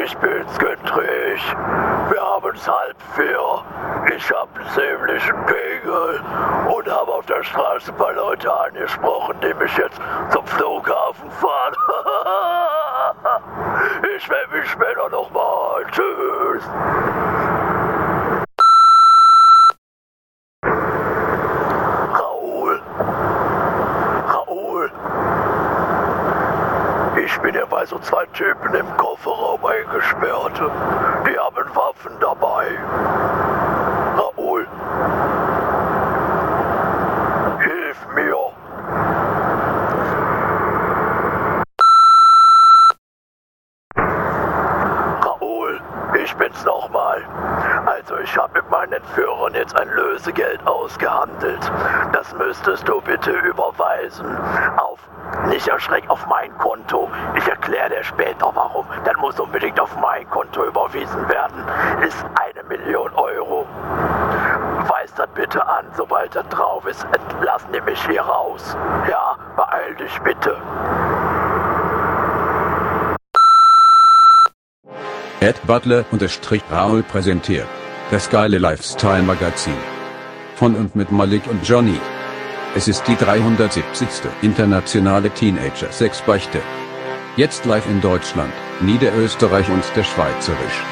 Ich bin's, Gendrich. Wir haben's 3:30. Ich hab einen ziemlichen Pegel und hab auf der Straße ein paar Leute angesprochen, die mich jetzt zum Flughafen fahren. Ich melde mich später nochmal. Tschüss. Raoul. Ich bin hier bei so 2 Typen im Kofferraum eingesperrt. Die haben Waffen dabei. Raoul. Hilf mir. Raoul, ich bin's nochmal. Also ich habe mit meinen Entführern jetzt ein Lösegeld ausgehandelt. Das müsstest du bitte überweisen. Nicht erschreck, auf mein Konto. Ich erkläre dir später warum. Dann muss unbedingt auf mein Konto überwiesen werden. Ist 1 Million Euro. Weis das bitte an, sobald das drauf ist, entlassen die mich hier raus. Ja, beeil dich bitte. Ed Butler _Raoul präsentiert das geile Lifestyle-Magazin. Von und mit Malik und Johnny. Es ist die 370. internationale Teenager-Sexbeichte. Jetzt live in Deutschland, Niederösterreich und der Schweizerisch.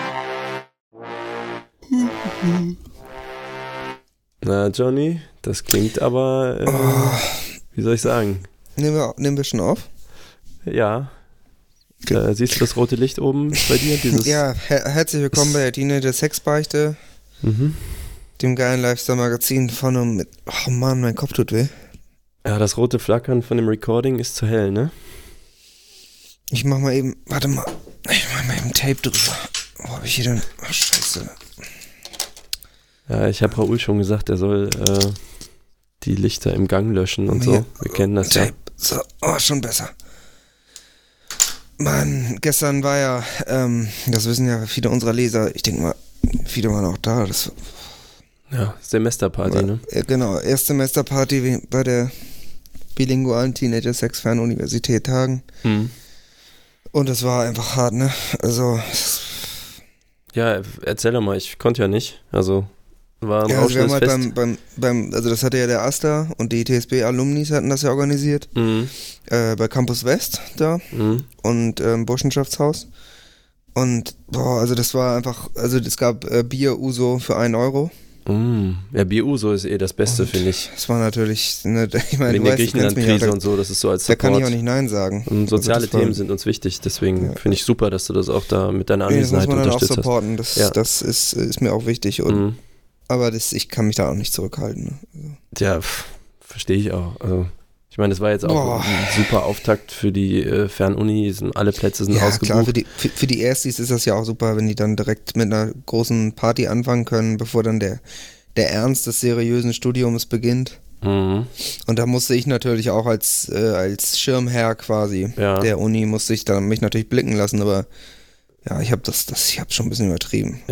Na, Johnny, das klingt aber, wie soll ich sagen? Nehmen wir schon auf? Ja. Siehst du das rote Licht oben bei dir? Ja, herzlich willkommen bei der Teenager-Sexbeichte. Dem geilen Lifestyle-Magazin von und mit. Oh Mann, mein Kopf tut weh. Ja, das rote Flackern von dem Recording ist zu hell, ne? Ich mach mal eben. Warte mal. Ich mach mal eben Tape drüber. Wo hab ich hier denn? Oh, Scheiße. Ja, ich habe Raoul schon gesagt, er soll die Lichter im Gang löschen und so. Wir kennen das Tape. ja. So, schon besser. Mann, gestern war ja, das wissen ja viele unserer Leser, ich denke mal, viele waren auch da. Ja, Semesterparty, ne? Genau, Erstsemesterparty bei der bilingualen Teenager-Sex-Fernuniversität Hagen. Und es war einfach hart, ne? Also. Ja, erzähl doch mal, ich konnte ja nicht. Also, war ein also wir haben Fest. halt also das hatte ja der Asta und die TSB-Alumnis hatten das ja organisiert. Bei Campus West da und Burschenschaftshaus. Und, also das war einfach, also es gab Bier-Uso für 1 Euro. Ja, Bier-Uso ist das Beste, finde ich. Das war natürlich, ne, ich meine, wegen der Griechenland-Krise und so, das ist so als Support. Da kann ich auch nicht Nein sagen. Und soziale Themen sind uns wichtig, deswegen finde ich super, dass du das auch da mit deiner Anwesenheit unterstützt hast. Das muss man dann auch supporten, das ist mir auch wichtig. Und, aber ich kann mich da auch nicht zurückhalten. Ne? Also. Ja, verstehe ich auch. Also, ich meine, das war jetzt auch ein super Auftakt für die Fernuni, alle Plätze sind ausgebucht. Klar, für die Erstis ist das ja auch super, wenn die dann direkt mit einer großen Party anfangen können, bevor dann der Ernst des seriösen Studiums beginnt. Und da musste ich natürlich auch als Schirmherr quasi der Uni, musste ich dann mich natürlich blicken lassen, aber ja, ich habe schon ein bisschen übertrieben.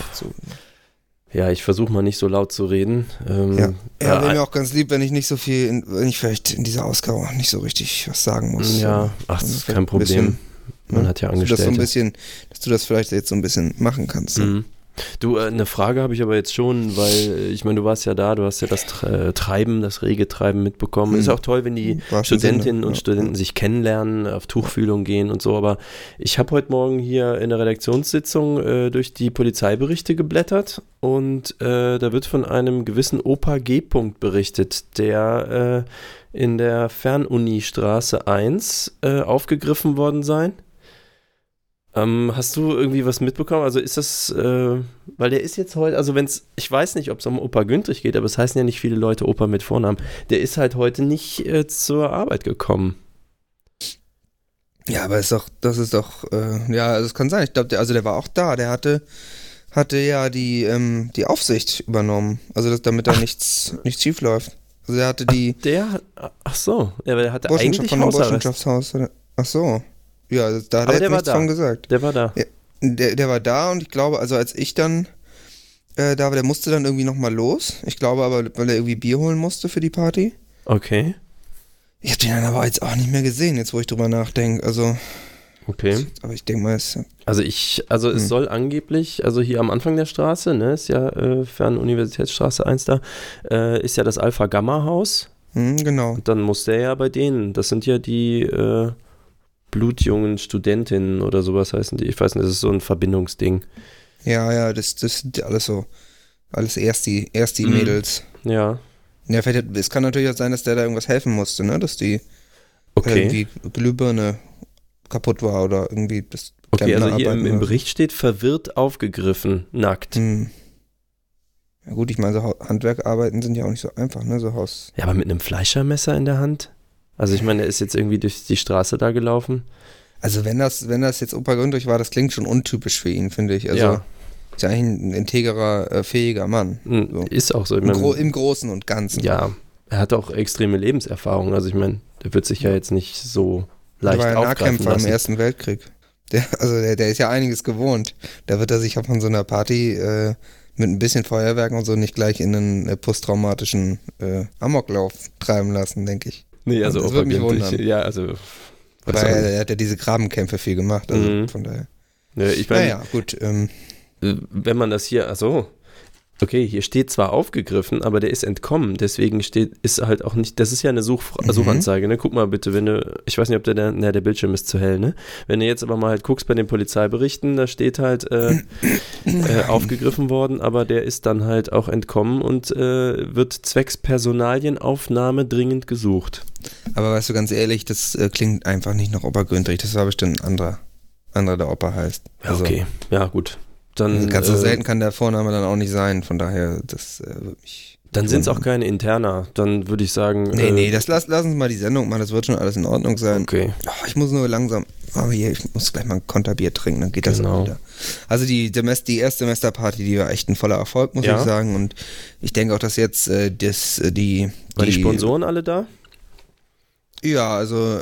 Ja, ich versuche mal nicht so laut zu reden. Wäre mir auch ganz lieb, wenn ich nicht so viel, wenn ich vielleicht in dieser Ausgabe nicht so richtig was sagen muss. Ja, das ist kein Problem. Man hat ja Angestellte. Dass du das vielleicht jetzt so ein bisschen machen kannst. Ne? Du, eine Frage habe ich aber jetzt schon, weil ich meine, du warst ja da, du hast ja das das rege Treiben mitbekommen. Ist auch toll, wenn die Studentinnen und Studenten sich kennenlernen, auf Tuchfühlung gehen und so, aber ich habe heute Morgen hier in der Redaktionssitzung durch die Polizeiberichte geblättert und da wird von einem gewissen Opa G. berichtet, der in der Fernuni-Straße 1 aufgegriffen worden sei. Hast du irgendwie was mitbekommen? Also ist das, weil der ist jetzt heute, also ich weiß nicht, ob es um Opa Güntrich geht, aber es heißen ja nicht viele Leute Opa mit Vornamen. Der ist halt heute nicht zur Arbeit gekommen. Ja, aber das ist doch, also es kann sein. Ich glaube, der war auch da. Der hatte ja die Aufsicht übernommen. Also damit da nichts schief läuft. Also der hatte ach so, ja, aber der hatte eigentlich Hausarrest. Ach so. Ja, da hat er nichts von gesagt. Der war da. Ja, der war da und ich glaube, also als ich dann da war, der musste dann irgendwie nochmal los. Ich glaube aber, weil er irgendwie Bier holen musste für die Party. Okay. Ich habe den dann aber jetzt auch nicht mehr gesehen, jetzt wo ich drüber nachdenke. Also, Okay. Aber ich denke mal, es soll angeblich, also hier am Anfang der Straße, ne, ist ja Fernuniversitätsstraße 1 da, ist ja das Alpha-Gamma-Haus. Genau. Und dann muss der ja bei denen, das sind ja die blutjungen Studentinnen oder sowas heißen die, ich weiß nicht, das ist so ein Verbindungsding. Ja, das sind alles so, alles erst die Mädels. Ja. Ja, es kann natürlich auch sein, dass der da irgendwas helfen musste, ne, dass die irgendwie Glühbirne kaputt war oder irgendwie das. Okay, also hier im Bericht steht verwirrt aufgegriffen, nackt. Ja gut, ich meine, so Handwerkarbeiten sind ja auch nicht so einfach, ne, so Haus. Ja, aber mit einem Fleischermesser in der Hand? Also ich meine, er ist jetzt irgendwie durch die Straße da gelaufen. Also wenn das jetzt Opa Gründrich war, das klingt schon untypisch für ihn, finde ich. Also ist ja eigentlich ein integrer, fähiger Mann. So. Ist auch so. Im Großen und Ganzen. Ja, er hat auch extreme Lebenserfahrung. Also ich meine, der wird sich ja jetzt nicht so leicht aufgreifen lassen. Der war ja Nahkämpfer im Ersten Weltkrieg. Der ist ja einiges gewohnt. Da wird er sich ja von so einer Party mit ein bisschen Feuerwerk und so nicht gleich in einen posttraumatischen Amoklauf treiben lassen, denke ich. Nee, also das würde mich wundern. Ja, also. Er hat ja diese Grabenkämpfe viel gemacht, also von daher. Ja, ich meine, naja, gut. Wenn man das hier, okay, hier steht zwar aufgegriffen, aber der ist entkommen, deswegen ist halt auch nicht, das ist ja eine Suchanzeige, ne? Guck mal bitte, ich weiß nicht, ob der Bildschirm ist zu hell, ne? Wenn du jetzt aber mal halt guckst bei den Polizeiberichten, da steht halt aufgegriffen worden, aber der ist dann halt auch entkommen und wird zwecks Personalienaufnahme dringend gesucht. Aber weißt du, ganz ehrlich, das klingt einfach nicht nach Opa Gründrich, das war bestimmt ein anderer, der Opa heißt. Also, okay, ja gut. Dann, ganz so selten kann der Vorname dann auch nicht sein, von daher, das würde mich. Dann sind es auch keine Interna, dann würde ich sagen. Nee, lass uns mal die Sendung machen, das wird schon alles in Ordnung sein. Okay. Oh, ich muss nur langsam, ich muss gleich mal ein Konterbier trinken, dann geht das auch wieder. Also die erste Semesterparty, die war echt ein voller Erfolg, muss ich sagen, und ich denke auch, dass jetzt Waren die Sponsoren alle da? Ja, also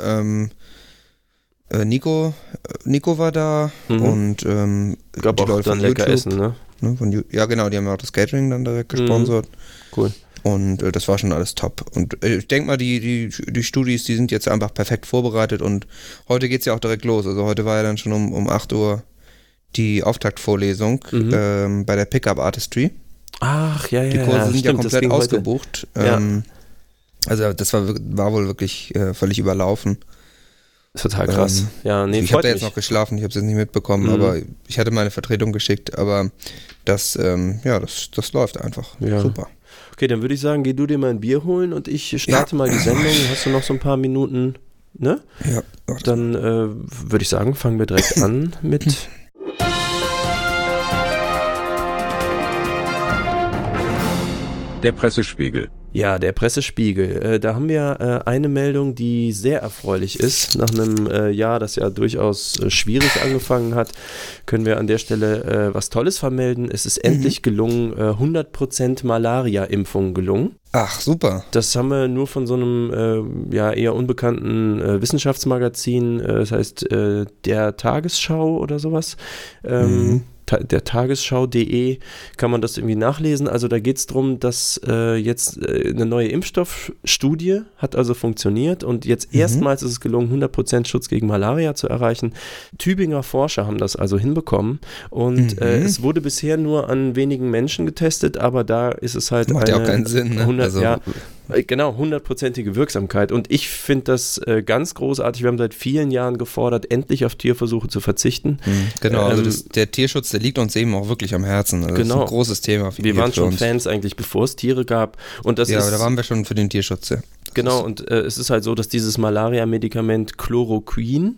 Nico war da und gab auch Leute dann lecker Essen, ne? Ja, genau, die haben auch das Catering dann direkt gesponsert. Cool. Und das war schon alles top. Und ich denke mal, die Studis, die sind jetzt einfach perfekt vorbereitet und heute geht's ja auch direkt los. Also heute war ja dann schon um 8 Uhr die Auftaktvorlesung bei der Pickup Artistry. Ach, ja. Die Kurse sind ja komplett ausgebucht. Also das war wohl wirklich völlig überlaufen. Total krass. Ich habe da jetzt noch geschlafen, ich habe es jetzt nicht mitbekommen, aber ich hatte meine Vertretung geschickt, aber das läuft einfach. Ja. Super. Okay, dann würde ich sagen, geh du dir mal ein Bier holen und ich starte mal die Sendung. Hast du noch so ein paar Minuten, ne? Ja. Dann würde ich sagen, fangen wir direkt an mit... Der Pressespiegel. Ja, der Pressespiegel. Da haben wir eine Meldung, die sehr erfreulich ist. Nach einem Jahr, das ja durchaus schwierig angefangen hat, können wir an der Stelle was Tolles vermelden. Es ist endlich gelungen, 100% Malaria-Impfung gelungen. Ach, super. Das haben wir nur von so einem eher unbekannten Wissenschaftsmagazin, das heißt der Tagesschau oder sowas. Der Tagesschau.de kann man das irgendwie nachlesen. Also da geht es darum, dass jetzt eine neue Impfstoffstudie hat also funktioniert und jetzt erstmals ist es gelungen, 100% Schutz gegen Malaria zu erreichen. Tübinger Forscher haben das also hinbekommen und es wurde bisher nur an wenigen Menschen getestet, aber da ist es halt macht ja auch keinen Sinn, ne? 100%ige Wirksamkeit und ich finde das ganz großartig. Wir haben seit vielen Jahren gefordert, endlich auf Tierversuche zu verzichten. Genau, also der Tierschutz, der liegt uns eben auch wirklich am Herzen. Also das ist ein großes Thema. Wir waren schon Fans eigentlich, bevor es Tiere gab. Und das aber da waren wir schon für den Tierschutz, ja. Genau, und es ist halt so, dass dieses Malaria-Medikament Chloroquin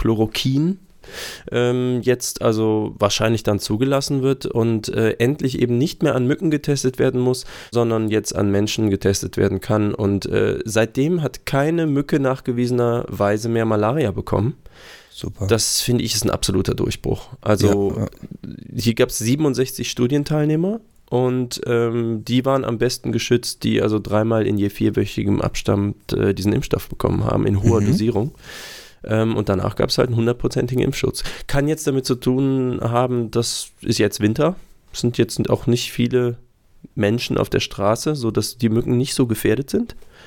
jetzt also wahrscheinlich dann zugelassen wird und endlich eben nicht mehr an Mücken getestet werden muss, sondern jetzt an Menschen getestet werden kann. Und seitdem hat keine Mücke nachgewiesenerweise mehr Malaria bekommen. Super. Das finde ich ist ein absoluter Durchbruch. Also hier gab es 67 Studienteilnehmer und die waren am besten geschützt, die also 3-mal in je 4-wöchigem Abstand diesen Impfstoff bekommen haben, in hoher Dosierung. Und danach gab es halt einen 100%igen Impfschutz. Kann jetzt damit zu tun haben, das ist jetzt Winter, es sind jetzt auch nicht viele Menschen auf der Straße, sodass die Mücken nicht so gefährdet sind.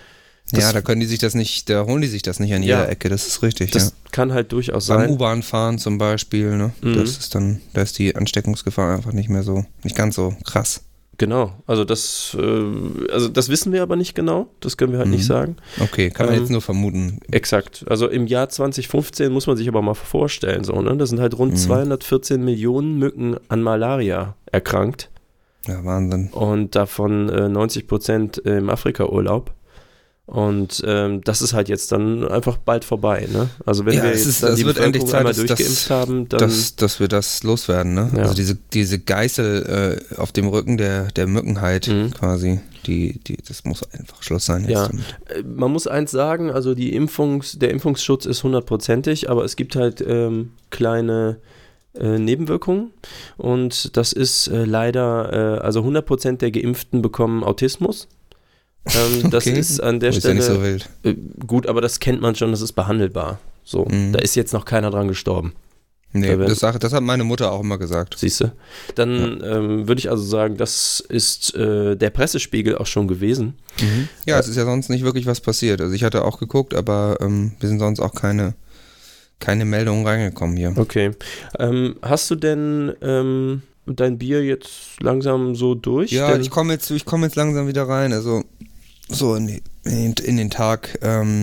Ja, da holen die sich das nicht an jeder Ecke, das ist richtig. Das kann halt durchaus sein. Beim U-Bahn-Fahren zum Beispiel, ne? Da ist die Ansteckungsgefahr einfach nicht ganz so krass. Genau, also das wissen wir aber nicht genau, das können wir halt nicht sagen. Okay, kann man jetzt nur vermuten. Exakt, also im Jahr 2015 muss man sich aber mal vorstellen, so, ne? Da sind halt rund 214 Millionen Mücken an Malaria erkrankt. Ja, Wahnsinn. Und davon 90% im Afrika-Urlaub. Und das ist halt jetzt dann einfach bald vorbei, ne? Also wenn wir jetzt dann die Bevölkerung einmal durchgeimpft haben, dann... Dass wir das loswerden, ne? Ja. Also diese Geißel auf dem Rücken der Mückenheit quasi, das muss einfach Schluss sein jetzt damit. Man muss eins sagen, also der Impfungsschutz ist 100%ig, aber es gibt halt kleine Nebenwirkungen und das ist leider, also 100% der Geimpften bekommen Autismus. Das ist an der Stelle ja nicht so wild. Gut, aber das kennt man schon, das ist behandelbar. So, da ist jetzt noch keiner dran gestorben. Nee, das hat meine Mutter auch immer gesagt. Siehst du? Dann würde ich also sagen, das ist der Pressespiegel auch schon gewesen. Ja, es ist ja sonst nicht wirklich was passiert. Also ich hatte auch geguckt, aber wir sind sonst auch keine Meldungen reingekommen hier. Okay. Hast du denn dein Bier jetzt langsam so durch? Ja, ich komme jetzt langsam wieder rein. Also so in den Tag.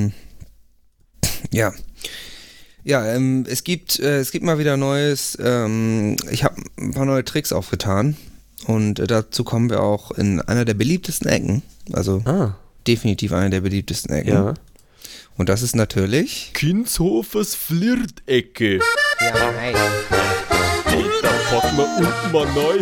Es gibt mal wieder Neues. Ich habe ein paar neue Tricks aufgetan und dazu kommen wir auch in einer der beliebtesten Ecken. Also definitiv einer der beliebtesten Ecken. Ja. Und das ist natürlich Kinshofers Flirtecke. Ja, nein. Da packen wir unten mal neu.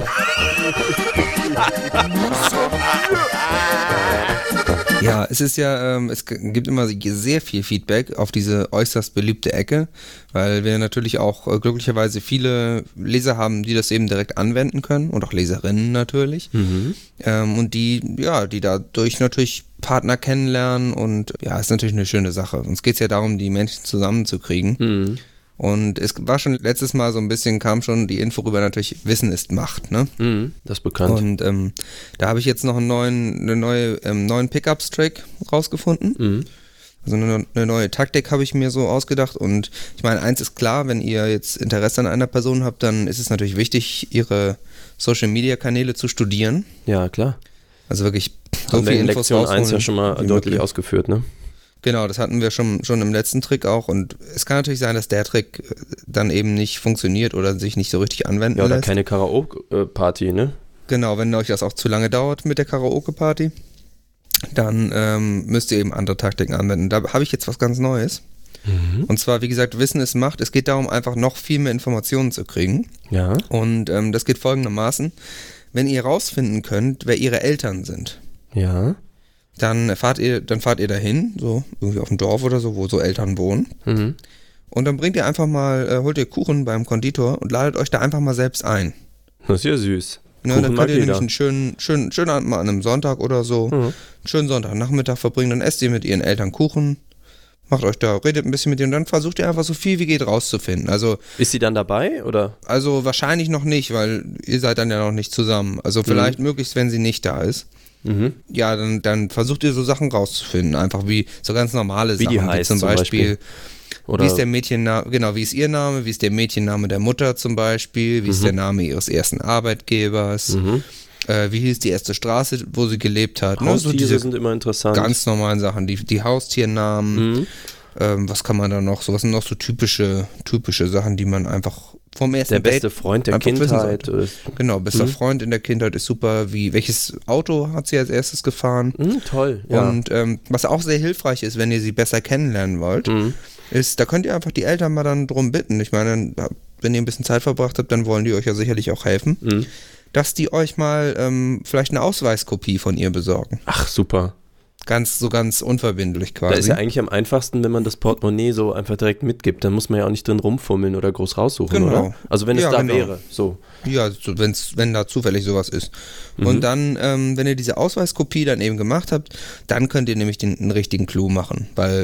Ja, es ist ja, es gibt immer sehr viel Feedback auf diese äußerst beliebte Ecke, weil wir natürlich auch glücklicherweise viele Leser haben, die das eben direkt anwenden können und auch Leserinnen natürlich. Und die dadurch natürlich Partner kennenlernen und ja, ist natürlich eine schöne Sache. Uns geht es ja darum, die Menschen zusammenzukriegen. Und es war schon letztes Mal so ein bisschen, kam schon die Info rüber, natürlich Wissen ist Macht, ne? Das ist bekannt. Und da habe ich jetzt noch einen neuen Pickups-Trick rausgefunden. Also eine neue Taktik habe ich mir so ausgedacht. Und ich meine, eins ist klar, wenn ihr jetzt Interesse an einer Person habt, dann ist es natürlich wichtig, ihre Social-Media-Kanäle zu studieren. Ja, klar. Also wirklich so viel in Lektion 1 ja schon mal deutlich ausgeführt, ne? Genau, das hatten wir schon im letzten Trick auch und es kann natürlich sein, dass der Trick dann eben nicht funktioniert oder sich nicht so richtig anwenden lässt. Ja, oder keine Karaoke-Party, ne? Genau, wenn euch das auch zu lange dauert mit der Karaoke-Party, dann müsst ihr eben andere Taktiken anwenden. Da habe ich jetzt was ganz Neues. Und zwar, wie gesagt, Wissen ist Macht. Es geht darum, einfach noch viel mehr Informationen zu kriegen. Ja. Und das geht folgendermaßen. Wenn ihr rausfinden könnt, wer ihre Eltern sind. Ja. Dann fahrt ihr dahin, so irgendwie auf dem Dorf oder so, wo so Eltern wohnen. Und dann bringt ihr einfach mal, holt ihr Kuchen beim Konditor und ladet euch da einfach mal selbst ein. Das ist ja süß. Ja, dann könnt ihr nämlich einen schönen Abend mal an einem Sonntag oder so, einen schönen Sonntagnachmittag verbringen, dann esst ihr mit ihren Eltern Kuchen, redet ein bisschen mit denen und dann versucht ihr einfach so viel wie geht rauszufinden. Also, ist sie dann dabei, oder? Also wahrscheinlich noch nicht, weil ihr seid dann ja noch nicht zusammen. Also vielleicht möglichst, wenn sie nicht da ist. Ja, dann versucht ihr so Sachen rauszufinden, einfach wie so ganz normale Sachen, die heißt, wie zum Beispiel oder wie ist der Mädchenname, genau, wie ist ihr Name, wie ist der Mädchenname der Mutter zum Beispiel, wie ist der Name ihres ersten Arbeitgebers, wie hieß die erste Straße, wo sie gelebt hat. Haustiere ne? So diese sind immer interessant. Ganz normalen Sachen, die Haustiernamen, was kann man da noch, was sind noch so typische Sachen, die man einfach vom ersten Der beste Date Freund der Kindheit. Genau, bester Freund in der Kindheit ist super. Welches Auto hat sie als erstes gefahren? Toll, ja. Und was auch sehr hilfreich ist, wenn ihr sie besser kennenlernen wollt, ist, da könnt ihr einfach die Eltern mal dann drum bitten. Ich meine, wenn ihr ein bisschen Zeit verbracht habt, dann wollen die euch ja sicherlich auch helfen, dass die euch mal vielleicht eine Ausweiskopie von ihr besorgen. Ach, super. Ganz unverbindlich quasi. Da ist ja eigentlich am einfachsten, wenn man das Portemonnaie so einfach direkt mitgibt. Dann muss man ja auch nicht drin rumfummeln oder groß raussuchen, genau. Oder? Also wenn es da wäre, so. Ja, wenn da zufällig sowas ist. Und dann, wenn ihr diese Ausweiskopie dann eben gemacht habt, dann könnt ihr nämlich den richtigen Clou machen, weil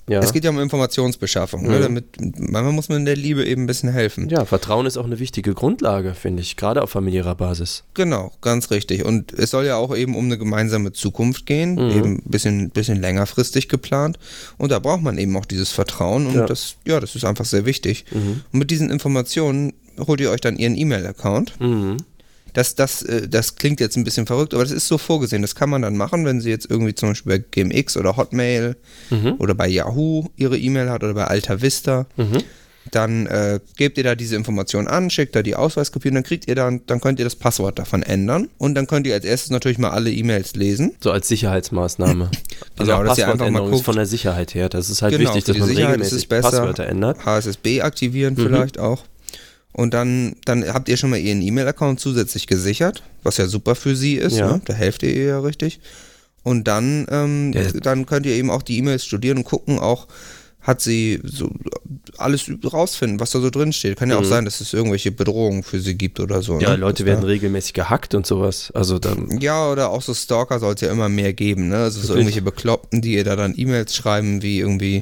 Ja. Es geht ja um Informationsbeschaffung. Ne? Manchmal muss man der Liebe eben ein bisschen helfen. Ja, Vertrauen ist auch eine wichtige Grundlage, finde ich, gerade auf familiärer Basis. Genau, ganz richtig. Und es soll ja auch eben um eine gemeinsame Zukunft gehen, eben ein bisschen längerfristig geplant. Und da braucht man eben auch dieses Vertrauen und das ist einfach sehr wichtig. Und mit diesen Informationen holt ihr euch dann ihren E-Mail-Account. Das klingt jetzt ein bisschen verrückt, aber das ist so vorgesehen. Das kann man dann machen, wenn sie jetzt irgendwie zum Beispiel bei GMX oder Hotmail oder bei Yahoo ihre E-Mail hat oder bei Alta Vista. Dann gebt ihr da diese Informationen an, schickt da die Ausweiskopie und dann könnt ihr das Passwort davon ändern und dann könnt ihr als erstes natürlich mal alle E-Mails lesen. So als Sicherheitsmaßnahme. Also auch dass ihr einfach mal guckt. Von der Sicherheit her. Das ist halt wichtig, dass man regelmäßig Passwörter ändert. HSSB aktivieren vielleicht auch. Und dann habt ihr schon mal ihren E-Mail-Account zusätzlich gesichert, was ja super für sie ist, ne? Da helft ihr ja richtig. Und dann könnt ihr eben auch die E-Mails studieren und gucken auch, hat sie so alles rausfinden, was da so drin steht. Kann ja auch sein, dass es irgendwelche Bedrohungen für sie gibt oder so. Ja, ne? Leute werden regelmäßig gehackt und sowas. Also dann ja, oder auch so Stalker soll es ja immer mehr geben, ne? Also so irgendwelche Bekloppten, die ihr da dann E-Mails schreiben, wie irgendwie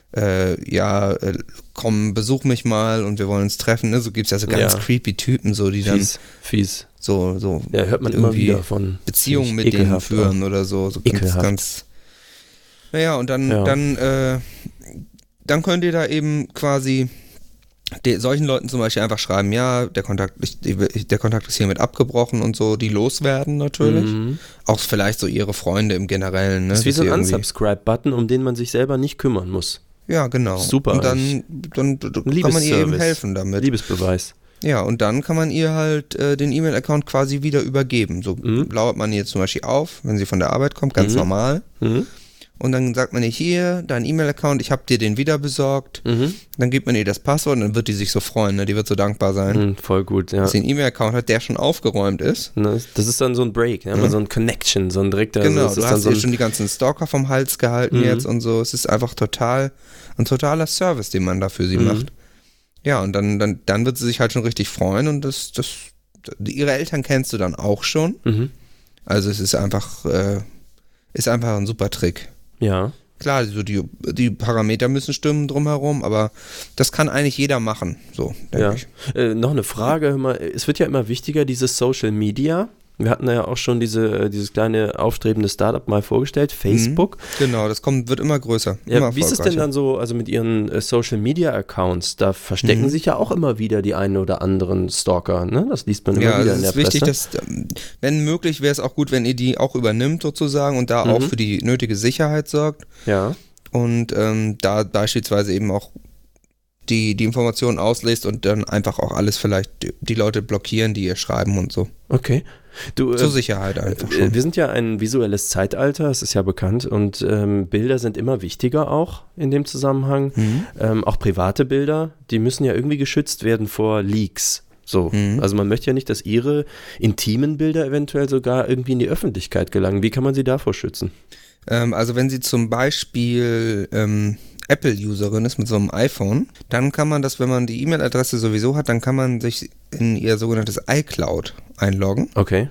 komm, besuch mich mal und wir wollen uns treffen, ne? So gibt es ja so ganz creepy Typen, so die dann fies. So ja, hört man immer wieder von Beziehungen mit denen führen oder so ganz naja, und dann könnt ihr da eben quasi solchen Leuten zum Beispiel einfach schreiben, ja, der Kontakt ist hiermit abgebrochen und so, die loswerden natürlich. Auch vielleicht so ihre Freunde im Generellen. Ne? Das ist wie so ein Unsubscribe-Button, um den man sich selber nicht kümmern muss. Ja, genau. Super. Und dann kann man ihr eben helfen damit. Liebesbeweis. Ja, und dann kann man ihr halt den E-Mail-Account quasi wieder übergeben. So lauert man ihr zum Beispiel auf, wenn sie von der Arbeit kommt, ganz normal. Und dann sagt man ihr, hier, dein E-Mail-Account, ich habe dir den wieder besorgt. Dann gibt man ihr das Passwort und dann wird die sich so freuen, ne? Die wird so dankbar sein. Voll gut, ja. Dass sie einen E-Mail-Account hat, der schon aufgeräumt ist. Das ist dann so ein Break, ne? So ein Connection, so ein direkter... Genau, also du hast dir schon die ganzen Stalker vom Hals gehalten jetzt und so. Es ist einfach ein totaler Service, den man da für sie macht. Ja, und dann wird sie sich halt schon richtig freuen und ihre Eltern kennst du dann auch schon. Also es ist einfach ein super Trick. Ja. Klar, so die Parameter müssen stimmen drumherum, aber das kann eigentlich jeder machen, so denke ich. Noch eine Frage, hör mal, es wird ja immer wichtiger, dieses Social Media. Wir hatten ja auch schon dieses kleine aufstrebende Startup mal vorgestellt, Facebook. Genau, das wird immer größer. Ja, immer wie ist es denn dann so, also mit ihren Social Media Accounts, da verstecken sich ja auch immer wieder die einen oder anderen Stalker, ne? Das liest man immer wieder in der Presse. Ja, es ist wichtig, dass, wenn möglich, wäre es auch gut, wenn ihr die auch übernimmt sozusagen und da auch für die nötige Sicherheit sorgt. Ja. Und da beispielsweise eben auch die Informationen auslässt und dann einfach auch alles vielleicht die Leute blockieren, die ihr schreiben und so. Okay. Zur Sicherheit einfach schon. Wir sind ja ein visuelles Zeitalter, es ist ja bekannt und Bilder sind immer wichtiger auch in dem Zusammenhang. Auch private Bilder, die müssen ja irgendwie geschützt werden vor Leaks. So. Also man möchte ja nicht, dass ihre intimen Bilder eventuell sogar irgendwie in die Öffentlichkeit gelangen. Wie kann man sie davor schützen? Also wenn sie zum Beispiel Apple-Userin ist mit so einem iPhone, dann kann man das, wenn man die E-Mail-Adresse sowieso hat, dann kann man sich in ihr sogenanntes iCloud einloggen. Okay.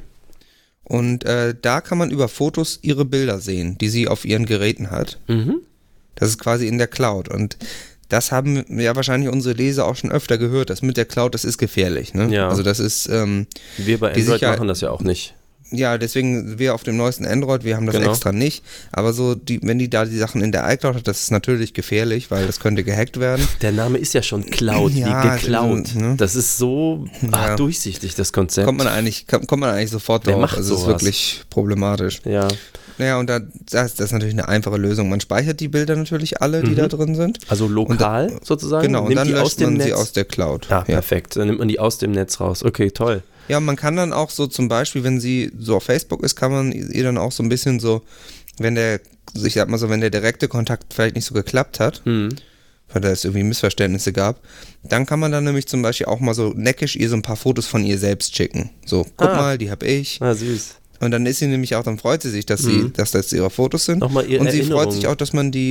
Und da kann man über Fotos ihre Bilder sehen, die sie auf ihren Geräten hat. Das ist quasi in der Cloud. Und das haben ja wahrscheinlich unsere Leser auch schon öfter gehört. Das mit der Cloud, das ist gefährlich. Ne? Ja. Also das ist... wir bei Android machen das ja auch nicht. Ja, deswegen wir auf dem neuesten Android, wir haben das extra nicht. Aber so, wenn die da die Sachen in der iCloud hat, das ist natürlich gefährlich, weil das könnte gehackt werden. Der Name ist ja schon Cloud, wie geklaut. Ne? Das ist so durchsichtig, das Konzept. Kommt man eigentlich sofort drauf. Also es ist wirklich problematisch. Ja. Naja, und das ist natürlich eine einfache Lösung. Man speichert die Bilder natürlich alle, die da drin sind. Also lokal sozusagen? Genau, und dann löscht man sie aus der Cloud. Ja, perfekt. Dann nimmt man die aus dem Netz raus. Okay, toll. Ja, man kann dann auch so zum Beispiel, wenn sie so auf Facebook ist, kann man ihr dann auch so ein bisschen so, wenn der direkte Kontakt vielleicht nicht so geklappt hat, weil da es irgendwie Missverständnisse gab, dann kann man dann nämlich zum Beispiel auch mal so neckisch ihr so ein paar Fotos von ihr selbst schicken. So, guck mal, die hab ich. Ah, süß. Und dann ist sie nämlich auch, dann freut sie sich, dass das ihre Fotos sind. Nochmal ihre und sie Erinnerung. freut sich auch,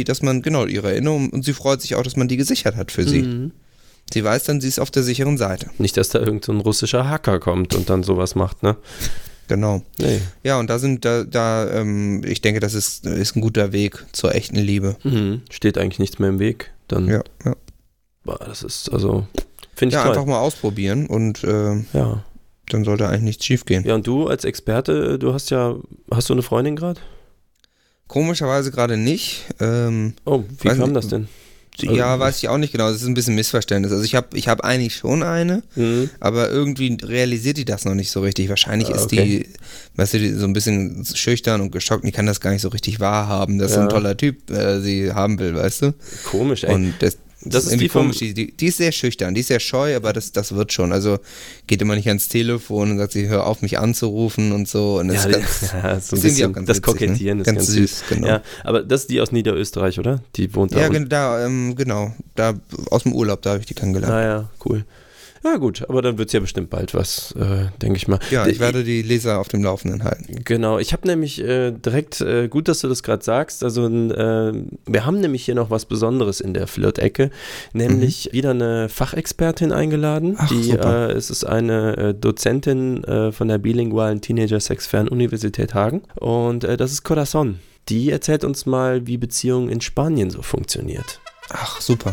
ihre Erinnerung, und sie freut sich auch, dass man die gesichert hat für sie. Sie weiß dann, sie ist auf der sicheren Seite. Nicht, dass da irgend so ein russischer Hacker kommt und dann sowas macht, ne? Genau. Nee. Ja, und ich denke, das ist ein guter Weg zur echten Liebe. Steht eigentlich nichts mehr im Weg. Dann, ja. Das ist, also, finde ich toll. Ja, einfach mal ausprobieren und dann sollte eigentlich nichts schief gehen. Ja, und du als Experte, hast du eine Freundin gerade? Komischerweise gerade nicht. Wie kam das denn? Ja, weiß ich auch nicht genau. Das ist ein bisschen Missverständnis. Also ich hab eigentlich schon eine, aber irgendwie realisiert die das noch nicht so richtig. Wahrscheinlich ist die, weißt du, so ein bisschen schüchtern und geschockt. Die kann das gar nicht so richtig wahrhaben, dass so ein toller Typ sie haben will, weißt du? Komisch, ey. Und das ist die komisch. Die ist sehr schüchtern, die ist sehr scheu, aber das wird schon. Also geht immer nicht ans Telefon und sagt sie, hör auf mich anzurufen und so. Und das ist so ein bisschen das witzig, Kokettieren, ne? Ist ganz süß. Genau. Ja, aber das ist die aus Niederösterreich, oder? Die wohnt da. Ja, genau. Da aus dem Urlaub, da habe ich die kennengelernt. Ah ja, cool. Ja gut, aber dann wird es ja bestimmt bald was, denke ich mal. Ja, ich werde die Leser auf dem Laufenden halten. Genau, ich habe nämlich direkt, gut, dass du das gerade sagst, also wir haben nämlich hier noch was Besonderes in der Flirt-Ecke, nämlich wieder eine Fachexpertin eingeladen. Ach, super. Es ist eine Dozentin von der bilingualen Teenager-Sex-Fern-Universität Hagen und das ist Corazon. Die erzählt uns mal, wie Beziehungen in Spanien so funktioniert. Ach, super.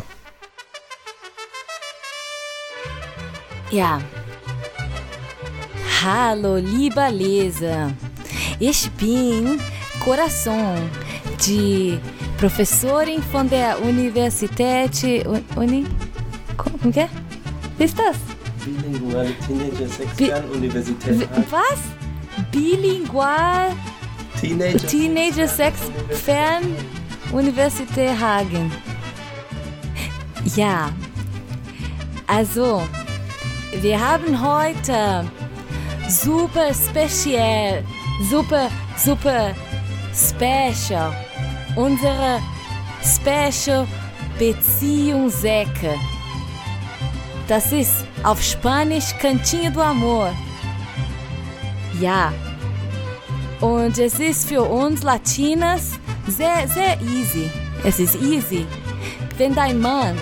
Ja. Hallo, lieber Leser. Ich bin Corazon, die Professorin von der Universität. Como que é? Ist das? Bilinguale Teenager-Sex-Fern-Universität Hagen. Was? Bilingual Teenager-Sex-Fern-Universität Hagen. Ja. Also, wir haben heute super special, super special, unsere Special Beziehungsecke. Das ist auf Spanisch Cantinho do Amor. Ja. Und es ist für uns Latinas sehr, sehr easy. Es ist easy. Wenn ein Mann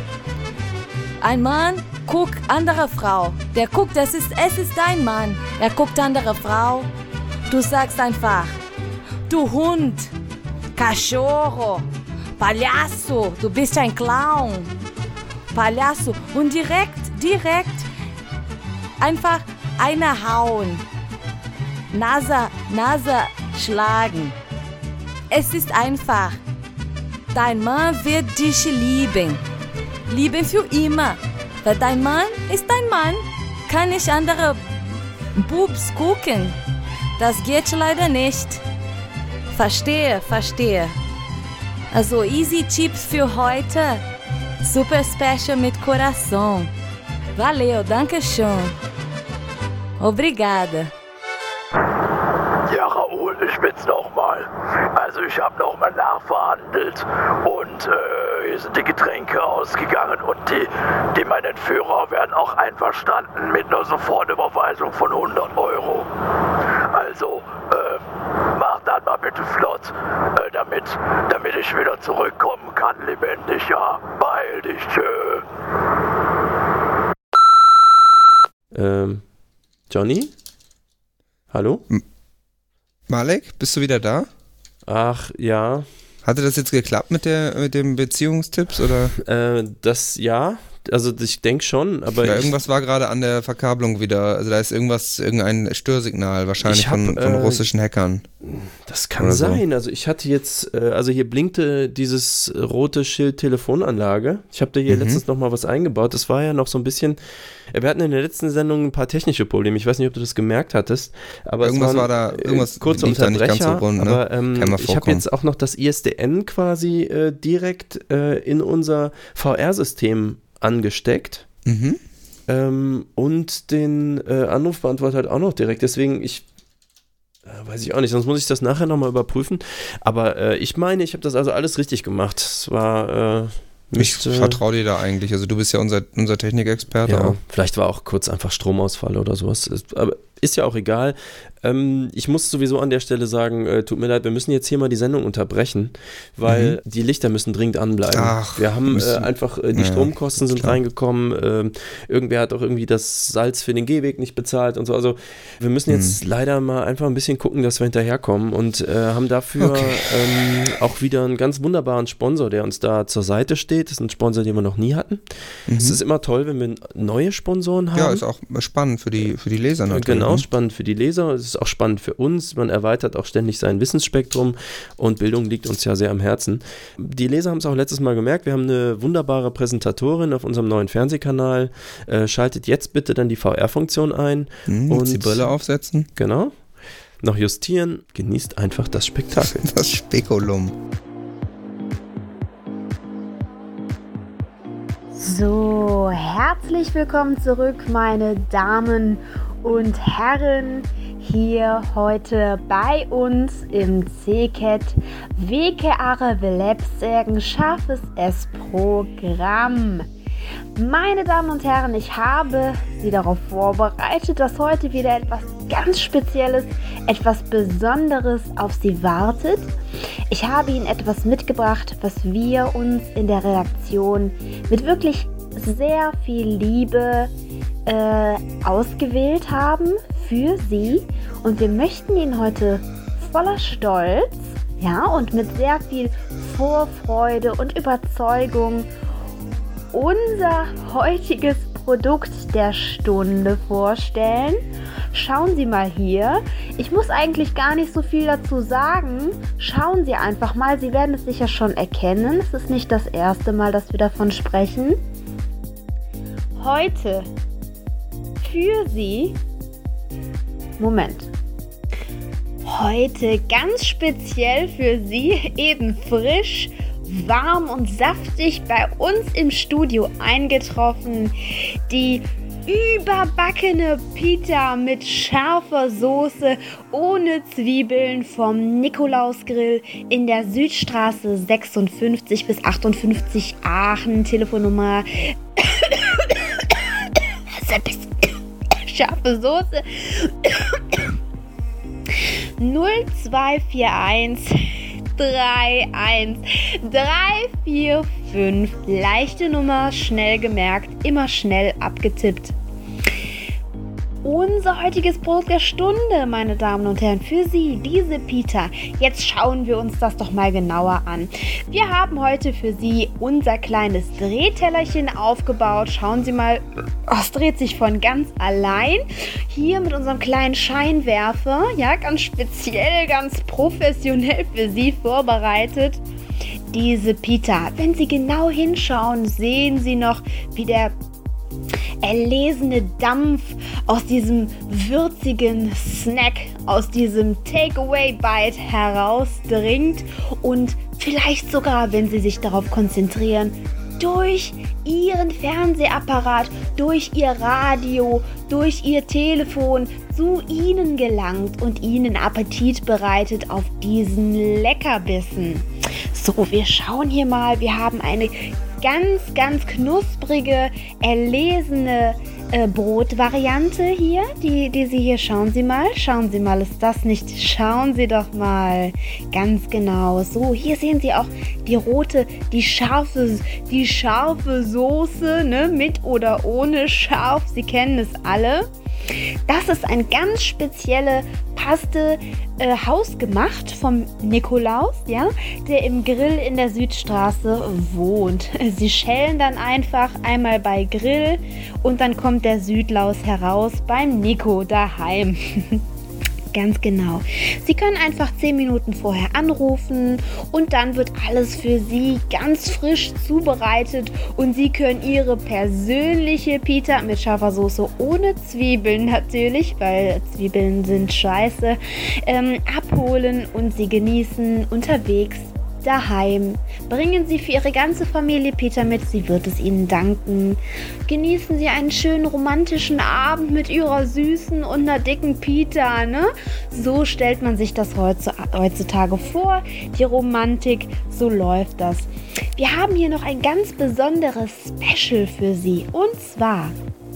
guckt andere Frau, es ist dein Mann, er guckt andere Frau, du sagst einfach, du Hund, Cachorro, Palhaço, du bist ein Clown, Palhaço und direkt einfach eine hauen, Nase schlagen. Es ist einfach, dein Mann wird dich lieben für immer. Weil dein Mann ist dein Mann, kann nicht andere Boobs gucken. Das geht leider nicht. Verstehe. Also easy Tipps für heute. Super special mit Corazon. Valeu, danke schön. Obrigada. Ja, Raoul, ich bin's nochmal. Also ich habe nochmal nachverhandelt und hier sind die Getränke ausgegangen und die meinen Entführer werden auch einverstanden mit einer Sofortüberweisung von 100 Euro. Also, mach dann mal bitte flott, damit ich wieder zurückkommen kann, lebendig, ja. Beeil dich, tschö. Johnny? Hallo? Malek, bist du wieder da? Ach, ja. Hatte das jetzt geklappt mit den Beziehungstipps, oder? Das, ja. Also ich denke schon, aber irgendwas war gerade an der Verkabelung wieder. Also da ist irgendein Störsignal, wahrscheinlich von russischen Hackern. Das kann sein. So. Also ich hatte jetzt, hier blinkte dieses rote Schild Telefonanlage. Ich habe da hier letztens nochmal was eingebaut. Das war ja noch so ein bisschen, wir hatten in der letzten Sendung ein paar technische Probleme. Ich weiß nicht, ob du das gemerkt hattest. Aber irgendwas war da, irgendwas kurz Unterbrecher. Nicht ganz so rund, ne? Aber ich habe jetzt auch noch das ISDN quasi direkt in unser VR-System angesteckt und den Anrufbeantworter halt auch noch direkt. Deswegen, weiß ich auch nicht, sonst muss ich das nachher nochmal überprüfen. Aber ich meine, ich habe das also alles richtig gemacht. Es war ich vertraue dir da eigentlich. Also du bist ja unser Technikexperte. Ja, auch. Vielleicht war auch kurz einfach Stromausfall oder sowas. Aber ist ja auch egal. Ich muss sowieso an der Stelle sagen, tut mir leid, wir müssen jetzt hier mal die Sendung unterbrechen, weil die Lichter müssen dringend anbleiben. Wir haben einfach, die Stromkosten sind reingekommen, irgendwer hat auch irgendwie das Salz für den Gehweg nicht bezahlt und so. Also wir müssen jetzt leider mal einfach ein bisschen gucken, dass wir hinterherkommen und haben dafür auch wieder einen ganz wunderbaren Sponsor, der uns da zur Seite steht. Das ist ein Sponsor, den wir noch nie hatten. Es ist immer toll, wenn wir neue Sponsoren haben. Ja, ist auch spannend für die Leser natürlich. Genau, spannend für die Leser. Es ist auch spannend für uns. Man erweitert auch ständig sein Wissensspektrum und Bildung liegt uns ja sehr am Herzen. Die Leser haben es auch letztes Mal gemerkt. Wir haben eine wunderbare Präsentatorin auf unserem neuen Fernsehkanal. Schaltet jetzt bitte dann die VR-Funktion ein. Und die Brille aufsetzen. Genau. Noch justieren. Genießt einfach das Spektakel. Das Spekulum. So, herzlich willkommen zurück, meine Damen und Herren, hier heute bei uns im CCAT WKR Websägen Scharfes S-Programm. Meine Damen und Herren, ich habe Sie darauf vorbereitet, dass heute wieder etwas ganz Spezielles, etwas Besonderes auf Sie wartet. Ich habe Ihnen etwas mitgebracht, was wir uns in der Redaktion mit wirklich sehr viel Liebe ausgewählt haben für Sie. Und wir möchten Ihnen heute voller Stolz, ja, und mit sehr viel Vorfreude und Überzeugung unser heutiges Produkt der Stunde vorstellen. Schauen Sie mal hier. Ich muss eigentlich gar nicht so viel dazu sagen. Schauen Sie einfach mal. Sie werden es sicher schon erkennen. Es ist nicht das erste Mal, dass wir davon sprechen. Heute für Sie... Heute ganz speziell für Sie, eben frisch, warm und saftig bei uns im Studio eingetroffen, die überbackene Pita mit scharfer Soße ohne Zwiebeln vom Nikolausgrill in der Südstraße 56 bis 58 Aachen, Telefonnummer scharfe Soße 0241 31345. Leichte Nummer, schnell gemerkt, immer schnell abgetippt. Unser heutiges Produkt der Stunde, meine Damen und Herren, für Sie, diese Pita. Jetzt schauen wir uns das doch mal genauer an. Wir haben heute für Sie unser kleines Drehtellerchen aufgebaut. Schauen Sie mal, es dreht sich von ganz allein. Hier mit unserem kleinen Scheinwerfer, ja, ganz speziell, ganz professionell für Sie vorbereitet. Diese Pita. Wenn Sie genau hinschauen, sehen Sie noch, wie der erlesene Dampf aus diesem würzigen Snack, aus diesem Takeaway-Bite herausdringt und vielleicht sogar, wenn Sie sich darauf konzentrieren, durch Ihren Fernsehapparat, durch Ihr Radio, durch Ihr Telefon zu Ihnen gelangt und Ihnen Appetit bereitet auf diesen Leckerbissen. So, wir schauen hier mal, wir haben eine ganz knusprige, erlesene Brotvariante hier, die Sie hier, schauen Sie mal, ist das nicht, schauen Sie doch mal, ganz genau, so, hier sehen Sie auch die rote, die scharfe Soße, ne, mit oder ohne scharf, Sie kennen es alle. Das ist eine ganz spezielle Paste, hausgemacht vom Nikolaus, ja, der im Grill in der Südstraße wohnt. Sie schälen dann einfach einmal bei Grill und dann kommt der Südlaus heraus beim Nico daheim. Ganz genau. Sie können einfach 10 Minuten vorher anrufen und dann wird alles für Sie ganz frisch zubereitet und Sie können Ihre persönliche Pita mit scharfer Soße ohne Zwiebeln natürlich, weil Zwiebeln sind scheiße, abholen und Sie genießen unterwegs daheim. Bringen Sie für Ihre ganze Familie Pita mit, sie wird es Ihnen danken. Genießen Sie einen schönen romantischen Abend mit Ihrer süßen und einer dicken Pita, ne? So stellt man sich das heutzutage vor, die Romantik, so läuft das. Wir haben hier noch ein ganz besonderes Special für Sie und zwar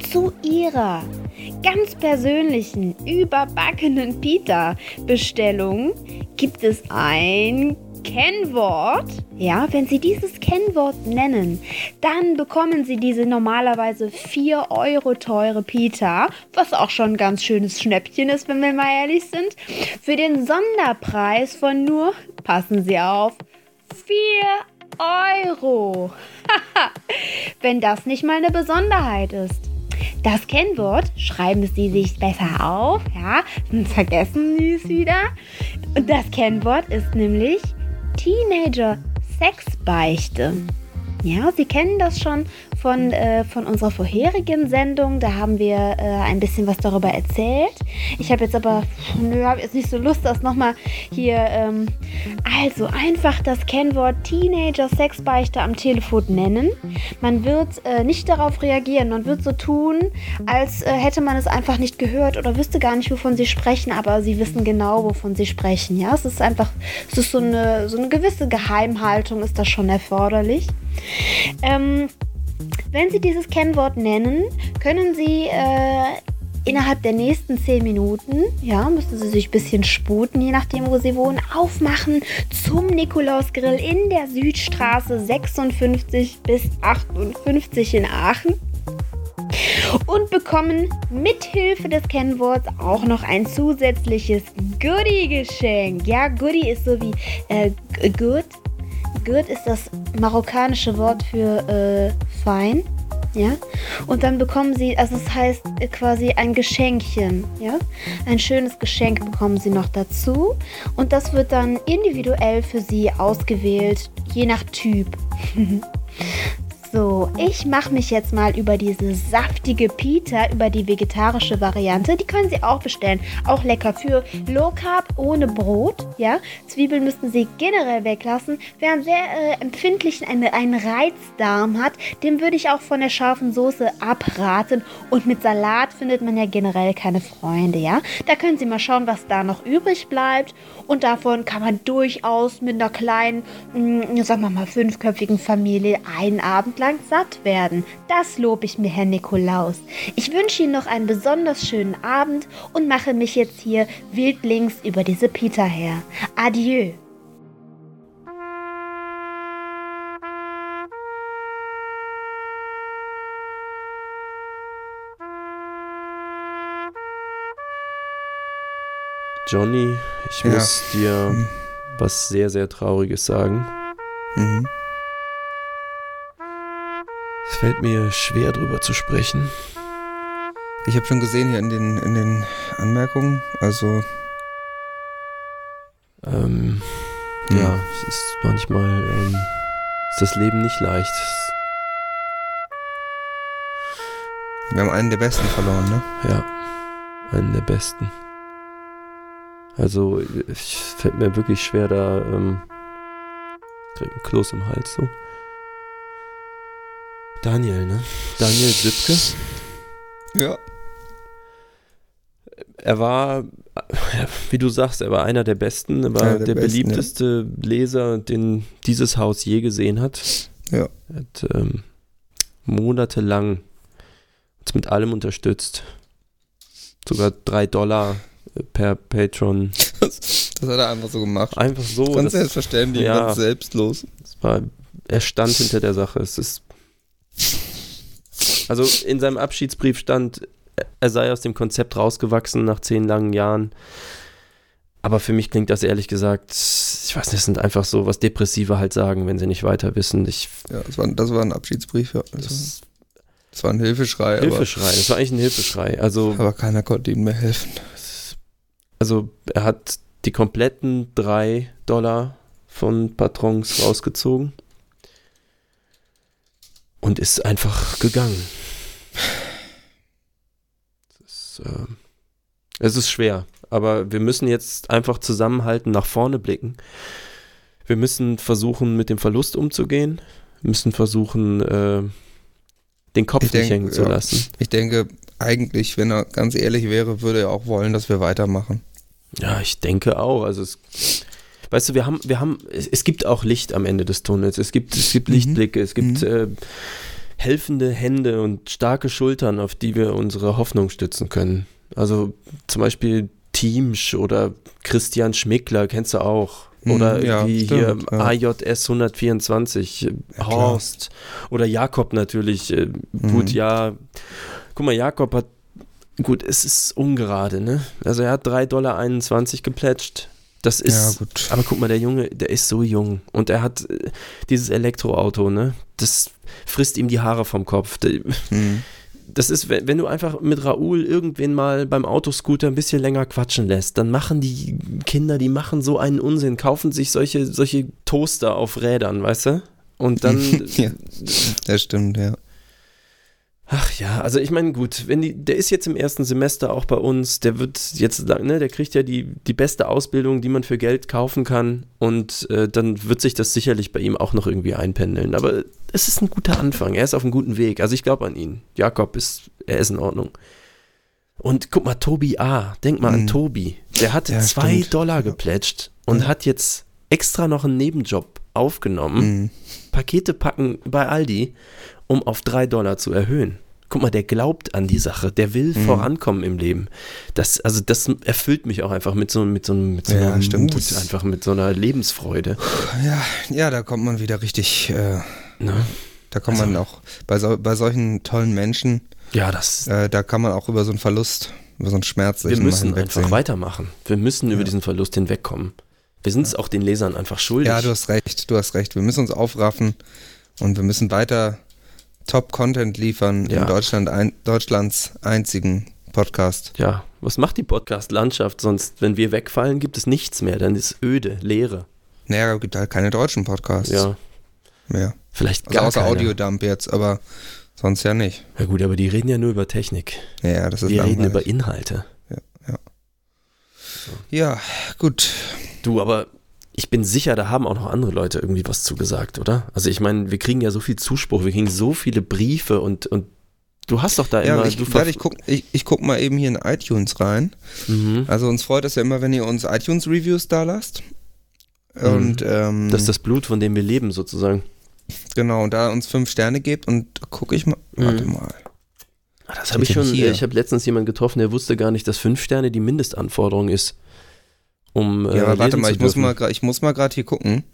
zu ihrer ganz persönlichen, überbackenen Pita-Bestellung gibt es ein Kennwort. Ja, wenn Sie dieses Kennwort nennen, dann bekommen Sie diese normalerweise 4 € teure Pita, was auch schon ein ganz schönes Schnäppchen ist, wenn wir mal ehrlich sind, für den Sonderpreis von nur, passen Sie auf, 4 €. Wenn das nicht mal eine Besonderheit ist. Das Kennwort schreiben Sie sich besser auf, ja, sonst vergessen Sie es wieder. Und das Kennwort ist nämlich Teenager-Sexbeichte. Ja, Sie kennen das schon von unserer vorherigen Sendung. Da haben wir ein bisschen was darüber erzählt. Ich habe jetzt aber, habe jetzt nicht so Lust, das nochmal hier. Also einfach das Kennwort Teenager-Sexbeichte am Telefon nennen. Man wird nicht darauf reagieren. Man wird so tun, als hätte man es einfach nicht gehört oder wüsste gar nicht, wovon Sie sprechen. Aber Sie wissen genau, wovon Sie sprechen. Ja, es ist einfach, es ist so eine gewisse Geheimhaltung ist da schon erforderlich. Wenn Sie dieses Kennwort nennen, können Sie innerhalb der nächsten 10 Minuten, ja, müssen Sie sich ein bisschen sputen, je nachdem, wo Sie wohnen, aufmachen zum Nikolausgrill in der Südstraße 56 bis 58 in Aachen und bekommen mithilfe des Kennworts auch noch ein zusätzliches Goodie-Geschenk. Ja, Goodie ist so wie good. Good ist das marokkanische Wort für fein, ja. Und dann bekommen Sie, also das heißt quasi ein Geschenkchen, ja. Ein schönes Geschenk bekommen Sie noch dazu. Und das wird dann individuell für Sie ausgewählt, je nach Typ. So, ich mache mich jetzt mal über diese saftige Pita, über die vegetarische Variante. Die können Sie auch bestellen. Auch lecker für Low Carb ohne Brot. Ja? Zwiebeln müssten Sie generell weglassen. Wer einen sehr empfindlichen, einen Reizdarm hat, dem würde ich auch von der scharfen Soße abraten. Und mit Salat findet man ja generell keine Freunde. Ja? Da können Sie mal schauen, was da noch übrig bleibt. Und davon kann man durchaus mit einer kleinen, sagen wir mal 5-köpfigen Familie einen Abend lang satt werden. Das lobe ich mir, Herr Nikolaus. Ich wünsche Ihnen noch einen besonders schönen Abend und mache mich jetzt hier wildlings über diese Pita her. Adieu. Johnny, ich muss dir was sehr, sehr Trauriges sagen. Mhm. Es fällt mir schwer, drüber zu sprechen. Ich habe schon gesehen hier in den Anmerkungen, also ja, es ist manchmal ist das Leben nicht leicht. Wir haben einen der Besten verloren, ne? Ja, einen der Besten. Also, es fällt mir wirklich schwer, da direkt ein Kloß im Hals, so. Daniel, ne? Daniel Sübke. Ja. Er war, wie du sagst, er war einer der Besten. Er war der beliebteste Leser, den dieses Haus je gesehen hat. Ja. Er hat monatelang uns mit allem unterstützt. Sogar $3 per Patreon. Das hat er einfach so gemacht. Einfach so. Ganz selbstverständlich, ganz selbstlos. Er stand hinter der Sache. Es ist. Also in seinem Abschiedsbrief stand, er sei aus dem Konzept rausgewachsen nach 10 langen Jahren. Aber für mich klingt das ehrlich gesagt, ich weiß nicht, das sind einfach so, was Depressive halt sagen, wenn sie nicht weiter wissen. Ja, das war ein Abschiedsbrief, ja. Das war ein Hilfeschrei. Das war eigentlich ein Hilfeschrei. Also, aber keiner konnte ihm mehr helfen. Also er hat die kompletten $3 von Patrons rausgezogen und ist einfach gegangen. Es ist schwer, aber wir müssen jetzt einfach zusammenhalten, nach vorne blicken. Wir müssen versuchen, mit dem Verlust umzugehen. Wir müssen versuchen, den Kopf nicht hängen zu lassen. Ich denke, eigentlich, wenn er ganz ehrlich wäre, würde er auch wollen, dass wir weitermachen. Ja, ich denke auch. Also weißt du, es gibt auch Licht am Ende des Tunnels. Es gibt Lichtblicke. Es gibt helfende Hände und starke Schultern, auf die wir unsere Hoffnung stützen können. Also zum Beispiel Teamsch oder Christian Schmickler, kennst du auch. Oder irgendwie hier AJS 124, Horst. Oder Jakob natürlich. Gut, ja. Guck mal, Jakob hat, gut, es ist ungerade, ne? Also er hat $3,21 geplätscht. Das ist, aber guck mal, der Junge, der ist so jung und er hat dieses Elektroauto, ne? Das frisst ihm die Haare vom Kopf. Das ist, wenn du einfach mit Raoul irgendwen mal beim Autoscooter ein bisschen länger quatschen lässt, dann machen die Kinder, die machen so einen Unsinn, kaufen sich solche Toaster auf Rädern, weißt du? Und dann... Ja, das stimmt, ja. Ach ja, also ich meine, gut, der ist jetzt im ersten Semester auch bei uns, der wird jetzt, ne, der kriegt ja die beste Ausbildung, die man für Geld kaufen kann und dann wird sich das sicherlich bei ihm auch noch irgendwie einpendeln, aber es ist ein guter Anfang, er ist auf einem guten Weg, also ich glaube an ihn, Jakob er ist in Ordnung. Und guck mal, Tobi A., denk mal an Tobi, der hatte $2 geplätscht und hat jetzt extra noch einen Nebenjob aufgenommen, Pakete packen bei Aldi, um auf $3 zu erhöhen. Guck mal, der glaubt an die Sache, der will vorankommen im Leben. Das erfüllt mich auch einfach mit so einer Mut, einfach mit so einer Lebensfreude. Ja, da kommt man wieder richtig, da kommt man auch bei solchen tollen Menschen, da kann man auch über so einen Verlust, über so einen Schmerz wir müssen einfach weitermachen. Wir müssen über diesen Verlust hinwegkommen. Wir sind es auch den Lesern einfach schuldig. Ja, du hast recht. Wir müssen uns aufraffen und wir müssen weiter Top-Content liefern in Deutschlands einzigen Podcast. Ja, was macht die Podcast-Landschaft sonst? Wenn wir wegfallen, gibt es nichts mehr, dann ist öde, Leere. Naja, es gibt halt keine deutschen Podcasts. Ja. Mehr. Vielleicht gar außer Audiodump jetzt, aber sonst ja nicht. Ja gut, aber die reden ja nur über Technik. Ja, das ist wir reden über Inhalte. Ja, gut. Du, aber ich bin sicher, da haben auch noch andere Leute irgendwie was zugesagt, oder? Also ich meine, wir kriegen ja so viel Zuspruch, wir kriegen so viele Briefe und du hast doch da immer... Ich guck mal eben hier in iTunes rein. Also uns freut es ja immer, wenn ihr uns iTunes-Reviews da lasst. Und, das ist das Blut, von dem wir leben, sozusagen. Genau, und da uns 5 Sterne gebt und gucke ich mal, warte mal. Das habe ich schon, ich habe letztens jemanden getroffen, der wusste gar nicht, dass 5 Sterne die Mindestanforderung ist. Aber warte mal, ich muss mal gerade hier gucken.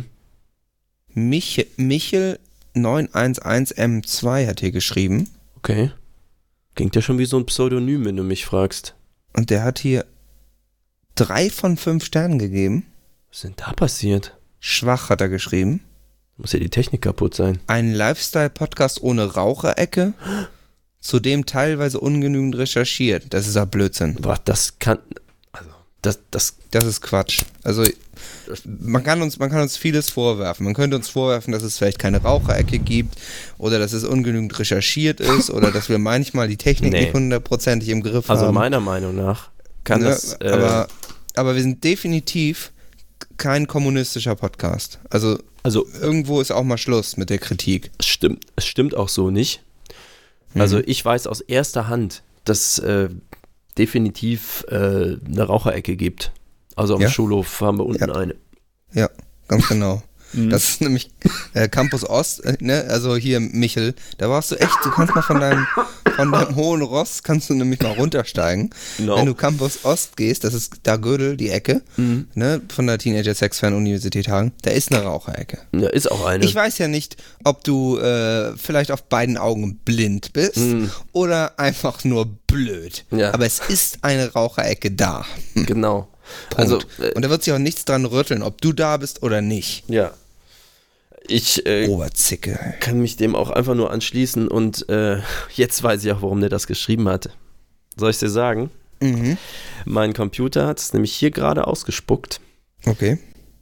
Michel 911M2 hat hier geschrieben. Okay. Klingt ja schon wie so ein Pseudonym, wenn du mich fragst. Und der hat hier 3 von 5 Sternen gegeben. Was ist denn da passiert? Schwach hat er geschrieben. Muss ja die Technik kaputt sein. Ein Lifestyle-Podcast ohne Raucherecke. Zudem teilweise ungenügend recherchiert. Das ist ja Blödsinn. Boah, das kann... Das ist Quatsch. Also man kann uns vieles vorwerfen. Man könnte uns vorwerfen, dass es vielleicht keine Raucherecke gibt oder dass es ungenügend recherchiert ist oder dass wir manchmal die Technik nicht 100%ig im Griff haben. Also meiner Meinung nach kann das... Aber wir sind definitiv kein kommunistischer Podcast. Also irgendwo ist auch mal Schluss mit der Kritik. Es stimmt auch so nicht. Also ich weiß aus erster Hand, dass... definitiv eine Raucherecke gibt. Also am Schulhof haben wir unten eine. Ja, ganz genau. Das ist nämlich Campus Ost, ne? Also hier Michel, da warst du echt, du kannst mal von deinem hohen Ross, kannst du nämlich mal runtersteigen. Genau. Wenn du Campus Ost gehst, das ist da Gödel, die Ecke, ne? Von der Teenager-Sex-Fan-Universität Hagen, da ist eine Raucherecke. Ja, ist auch eine. Ich weiß ja nicht, ob du vielleicht auf beiden Augen blind bist oder einfach nur blöd. Ja. Aber es ist eine Raucherecke da. Genau. Punkt. Also, und da wird sich auch nichts dran rütteln, ob du da bist oder nicht. Ja. Ich Oberzicke. Kann mich dem auch einfach nur anschließen und jetzt weiß ich auch, warum der das geschrieben hat. Soll ich dir sagen? Mein Computer hat es nämlich hier gerade ausgespuckt. Okay.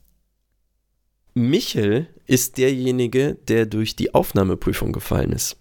Michel ist derjenige, der durch die Aufnahmeprüfung gefallen ist.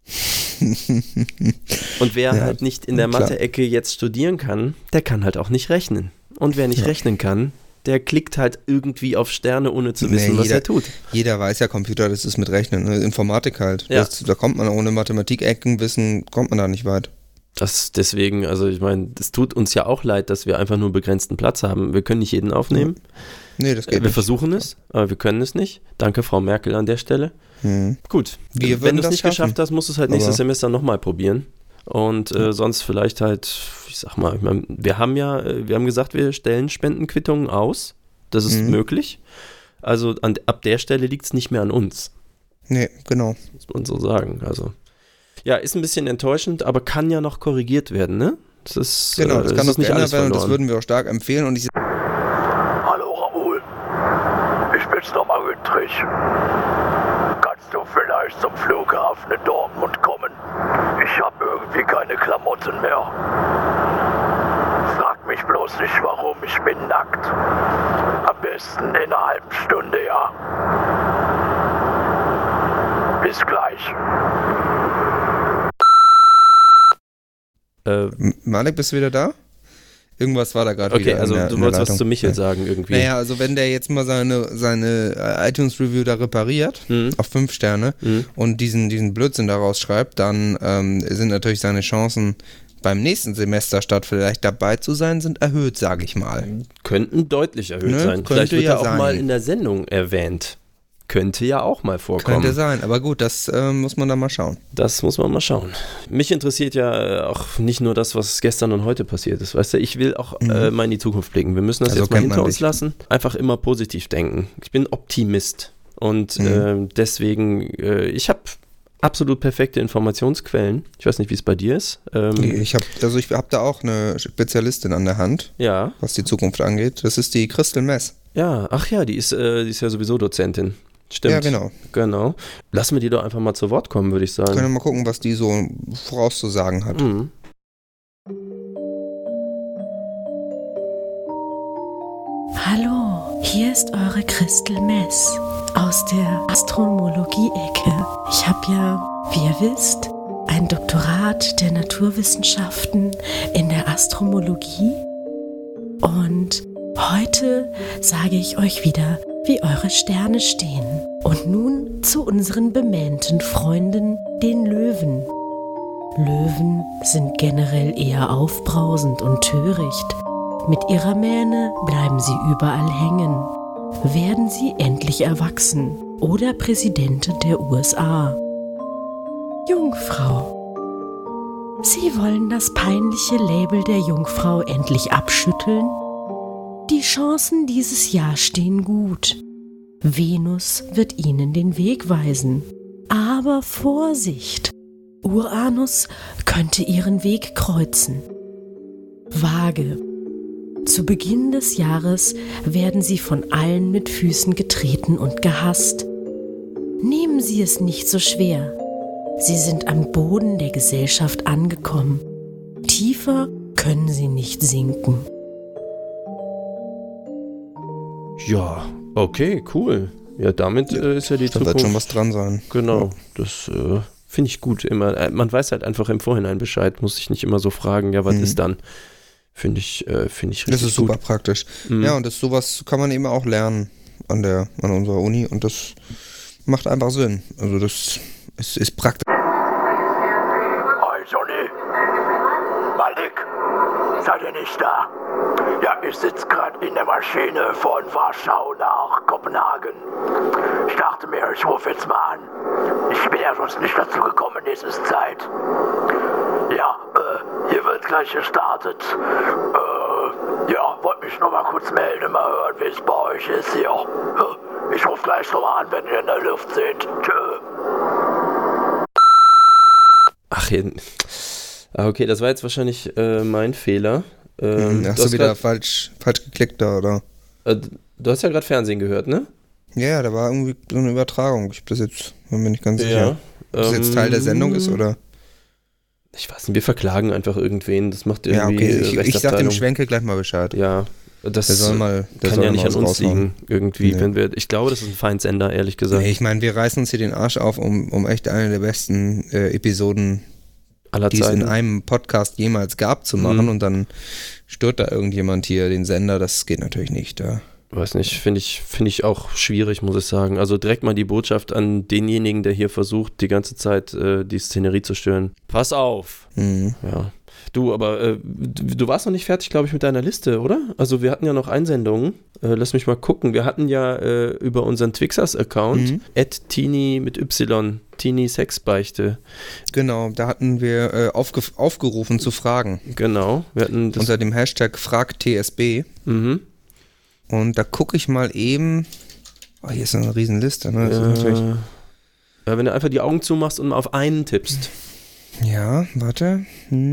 Und wer halt nicht in der Mathe-Ecke jetzt studieren kann, der kann halt auch nicht rechnen. Und wer nicht rechnen kann, der klickt halt irgendwie auf Sterne, ohne zu wissen, was er tut. Jeder weiß ja, Computer, das ist mit Rechnen, Informatik halt. Ja. Da kommt man ohne Mathematik-Eckenwissen, kommt man da nicht weit. Deswegen, also ich meine, es tut uns ja auch leid, dass wir einfach nur begrenzten Platz haben. Wir können nicht jeden aufnehmen. Nee, das geht nicht. Wir versuchen es, aber wir können es nicht. Danke, Frau Merkel, an der Stelle. Gut, wenn du es nicht geschafft hast, musst du es halt nächstes Semester nochmal probieren. Und sonst vielleicht halt, ich sag mal, wir haben gesagt, wir stellen Spendenquittungen aus. Das ist möglich. Also ab der Stelle liegt es nicht mehr an uns. Nee, genau. Muss man so sagen. Also, ja, ist ein bisschen enttäuschend, aber kann ja noch korrigiert werden, ne? Das ist, genau, das kann noch nicht geändert werden und das würden wir auch stark empfehlen. Und Hallo Raoul, ich bin's nochmal Güntrich. Kannst du vielleicht zum Flughafen in Dortmund kommen? Ich hab irgendwie keine Klamotten mehr. Frag mich bloß nicht warum, ich bin nackt. Am besten in einer halben Stunde, ja. Bis gleich. Malik, bist du wieder da? Irgendwas war da gerade wieder. Okay, also du wolltest was zu Michel sagen irgendwie. Naja, also wenn der jetzt mal seine iTunes-Review da repariert, auf 5 Sterne, und diesen Blödsinn daraus schreibt, dann sind natürlich seine Chancen beim nächsten Semester statt vielleicht dabei zu sein, sind erhöht, sage ich mal. Könnten deutlich erhöht sein. Vielleicht wird er auch mal in der Sendung erwähnt. Könnte ja auch mal vorkommen. Könnte sein, aber gut, das muss man dann mal schauen. Das muss man mal schauen. Mich interessiert ja auch nicht nur das, was gestern und heute passiert ist. Weißt du, ich will auch mal in die Zukunft blicken. Wir müssen das jetzt mal hinter uns lassen. Einfach immer positiv denken. Ich bin Optimist und deswegen, ich habe absolut perfekte Informationsquellen. Ich weiß nicht, wie es bei dir ist. Ich habe da auch eine Spezialistin an der Hand, was die Zukunft angeht. Das ist die Christel Mess. Ja, ach ja, die ist ja sowieso Dozentin. Stimmt. Ja, genau. Lassen wir die doch einfach mal zu Wort kommen, würde ich sagen. Können wir mal gucken, was die so vorauszusagen hat. Hallo, hier ist eure Christel Mess aus der Astronomologie-Ecke. Ich habe ja, wie ihr wisst, ein Doktorat der Naturwissenschaften in der Astromologie. Und heute sage ich euch wieder, wie eure Sterne stehen. Und nun zu unseren bemähnten Freunden, den Löwen. Löwen sind generell eher aufbrausend und töricht. Mit ihrer Mähne bleiben sie überall hängen. Werden sie endlich erwachsen oder Präsidentin der USA. Jungfrau. Sie wollen das peinliche Label der Jungfrau endlich abschütteln? Die Chancen dieses Jahr stehen gut. Venus wird ihnen den Weg weisen. Aber Vorsicht! Uranus könnte ihren Weg kreuzen. Waage. Zu Beginn des Jahres werden sie von allen mit Füßen getreten und gehasst. Nehmen Sie es nicht so schwer. Sie sind am Boden der Gesellschaft angekommen. Tiefer können sie nicht sinken. Ja, okay, cool. Ja, damit ist ja die Zukunft... Da wird schon was dran sein. Genau, das finde ich gut. Immer, man weiß halt einfach im Vorhinein Bescheid, muss sich nicht immer so fragen, ja, was ist dann? Finde ich richtig gut. Das ist super praktisch. Ja, und sowas kann man eben auch lernen an unserer Uni und das macht einfach Sinn. Also das ist praktisch. Hi Johnny. Malik, seid ihr nicht da? Ja, ich sitze gerade in der Maschine von Warschau nach Kopenhagen. Ich dachte mir, ich rufe jetzt mal an. Ich bin ja sonst nicht dazu gekommen, es ist Zeit. Ja, hier wird gleich gestartet. Ja, wollte mich nur mal kurz melden, mal hören, wie es bei euch ist hier. Ich rufe gleich nochmal an, wenn ihr in der Luft seid. Tschö. Ach, okay, das war jetzt wahrscheinlich mein Fehler. Hast du wieder falsch geklickt da, oder? Du hast ja gerade Fernsehen gehört, ne? Ja, da war irgendwie so eine Übertragung. Ich bin mir nicht ganz sicher. Ob das jetzt Teil der Sendung ist, oder? Ich weiß nicht, wir verklagen einfach irgendwen. Das macht irgendwie ich sag dem Schwenke gleich mal Bescheid. Ja, das kann ja nicht an uns liegen, irgendwie. Nee. Ich glaube, das ist ein Feindsender, ehrlich gesagt. Nee, ich meine, wir reißen uns hier den Arsch auf, um echt eine der besten Episoden aller die Zeiten. Es in einem Podcast jemals gab zu machen und dann stört da irgendjemand hier den Sender, das geht natürlich nicht. Ja. Weiß nicht, finde ich auch schwierig, muss ich sagen. Also direkt mal die Botschaft an denjenigen, der hier versucht, die ganze Zeit die Szenerie zu stören. Pass auf. Ja. Du, aber du warst noch nicht fertig, glaube ich, mit deiner Liste, oder? Also wir hatten ja noch Einsendungen. Lass mich mal gucken. Wir hatten ja über unseren Twixers-Account @Tini mit Y, Tini Sexbeichte. Genau, da hatten wir aufgerufen zu fragen. Genau. Wir hatten das unter dem Hashtag FragTSB. Und da gucke ich mal eben. Oh, hier ist eine Riesenliste, ne? Das ist natürlich... Ja, wenn du einfach die Augen zumachst und mal auf einen tippst. Ja, warte.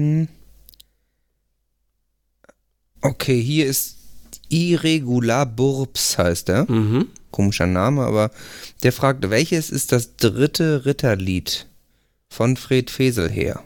Okay, hier ist Irregular Burbs, heißt er. Komischer Name, aber der fragt, welches ist das 3. Ritterlied von Fred Feselher?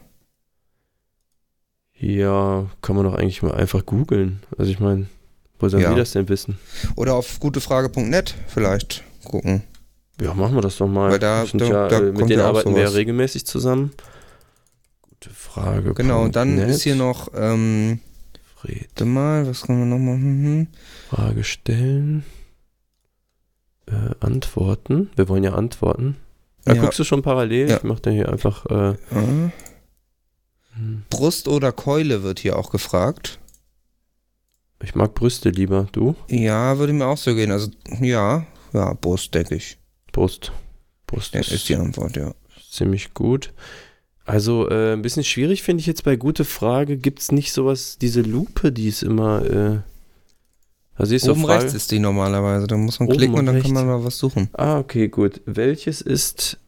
Ja, kann man doch eigentlich mal einfach googeln. Also ich meine, wo sollen wir das denn wissen? Oder auf gutefrage.net vielleicht gucken. Ja, machen wir das doch mal. Weil da mit denen arbeiten wir ja regelmäßig zusammen. Gute Frage. Genau, und dann ist hier noch warte mal, was können wir noch machen? Frage stellen. Antworten. Wir wollen ja antworten. Guckst du schon parallel? Ja. Ich mach da hier einfach Brust oder Keule wird hier auch gefragt. Ich mag Brüste lieber. Du? Ja, würde mir auch so gehen. Also ja, Brust, denke ich. Brust ist die Antwort, ja. Ziemlich gut. Also ein bisschen schwierig finde ich jetzt bei Gute Frage, gibt es nicht sowas, diese Lupe, die ist immer, also ist oben rechts ist die normalerweise, da muss man klicken und dann kann man mal was suchen. Ah, okay, gut. Welches ist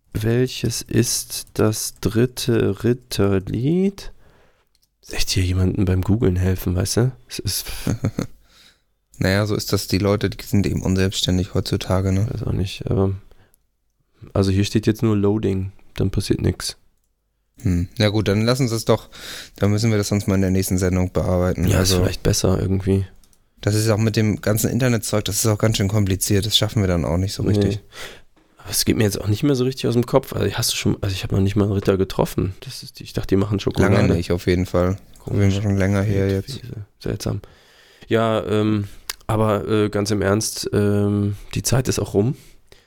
das 3. Ritterlied? Ist echt hier jemandem beim Googlen helfen, weißt du? Es ist naja, so ist das, die Leute, die sind eben unselbstständig heutzutage, ne? Weiß auch nicht, aber also hier steht jetzt nur Loading, dann passiert nichts. Ja gut, dann lassen Sie es doch, dann müssen wir das sonst mal in der nächsten Sendung bearbeiten. Ja, also, ist vielleicht besser irgendwie. Das ist auch mit dem ganzen Internetzeug, das ist auch ganz schön kompliziert, das schaffen wir dann auch nicht so richtig. Aber es geht mir jetzt auch nicht mehr so richtig aus dem Kopf. Also ich habe noch nicht mal einen Ritter getroffen. Ich dachte, die machen Schokolade. Lange nicht, auf jeden Fall. Wir sind schon länger her jetzt. Seltsam. Ja, aber ganz im Ernst, die Zeit ist auch rum.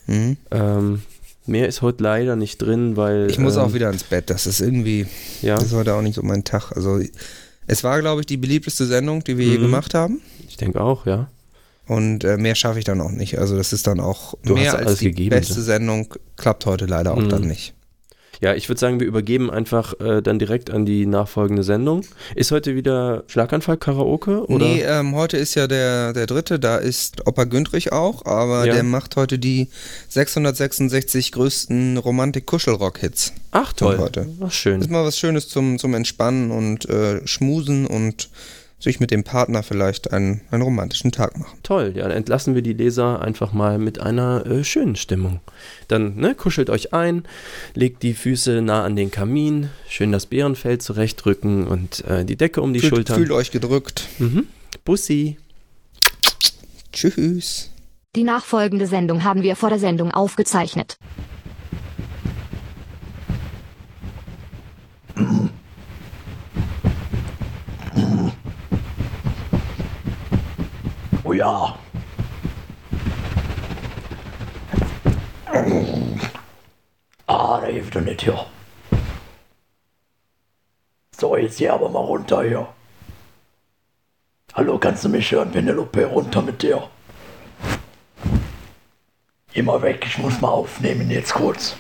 Mehr ist heute leider nicht drin, weil... Ich muss auch wieder ins Bett, das ist irgendwie... Ja. Das ist heute auch nicht so mein Tag. Also es war, glaube ich, die beliebteste Sendung, die wir je gemacht haben. Ich denke auch, ja. Und mehr schaffe ich dann auch nicht. Also das ist dann auch mehr als die beste Sendung. Klappt heute leider auch dann nicht. Ja, ich würde sagen, wir übergeben einfach dann direkt an die nachfolgende Sendung. Ist heute wieder Schlaganfall-Karaoke? Oder? Nee, heute ist ja der 3., da ist Opa Güntrich auch, aber der macht heute die 666 größten Romantik-Kuschelrock-Hits. Ach toll, heute. Ach, schön. Ist mal was Schönes zum Entspannen und Schmusen und sich mit dem Partner vielleicht einen romantischen Tag machen. Toll, ja, dann entlassen wir die Leser einfach mal mit einer schönen Stimmung. Dann kuschelt euch ein, legt die Füße nah an den Kamin, schön das Bärenfell zurechtrücken und die Decke um die Schultern. Fühlt euch gedrückt. Bussi. Tschüss. Die nachfolgende Sendung haben wir vor der Sendung aufgezeichnet. Oh ja. Da hilft doch nicht hier. So, jetzt hier aber mal runter hier. Hallo, kannst du mich hören, Penelope? Runter mit dir. Geh mal weg, ich muss mal aufnehmen jetzt kurz.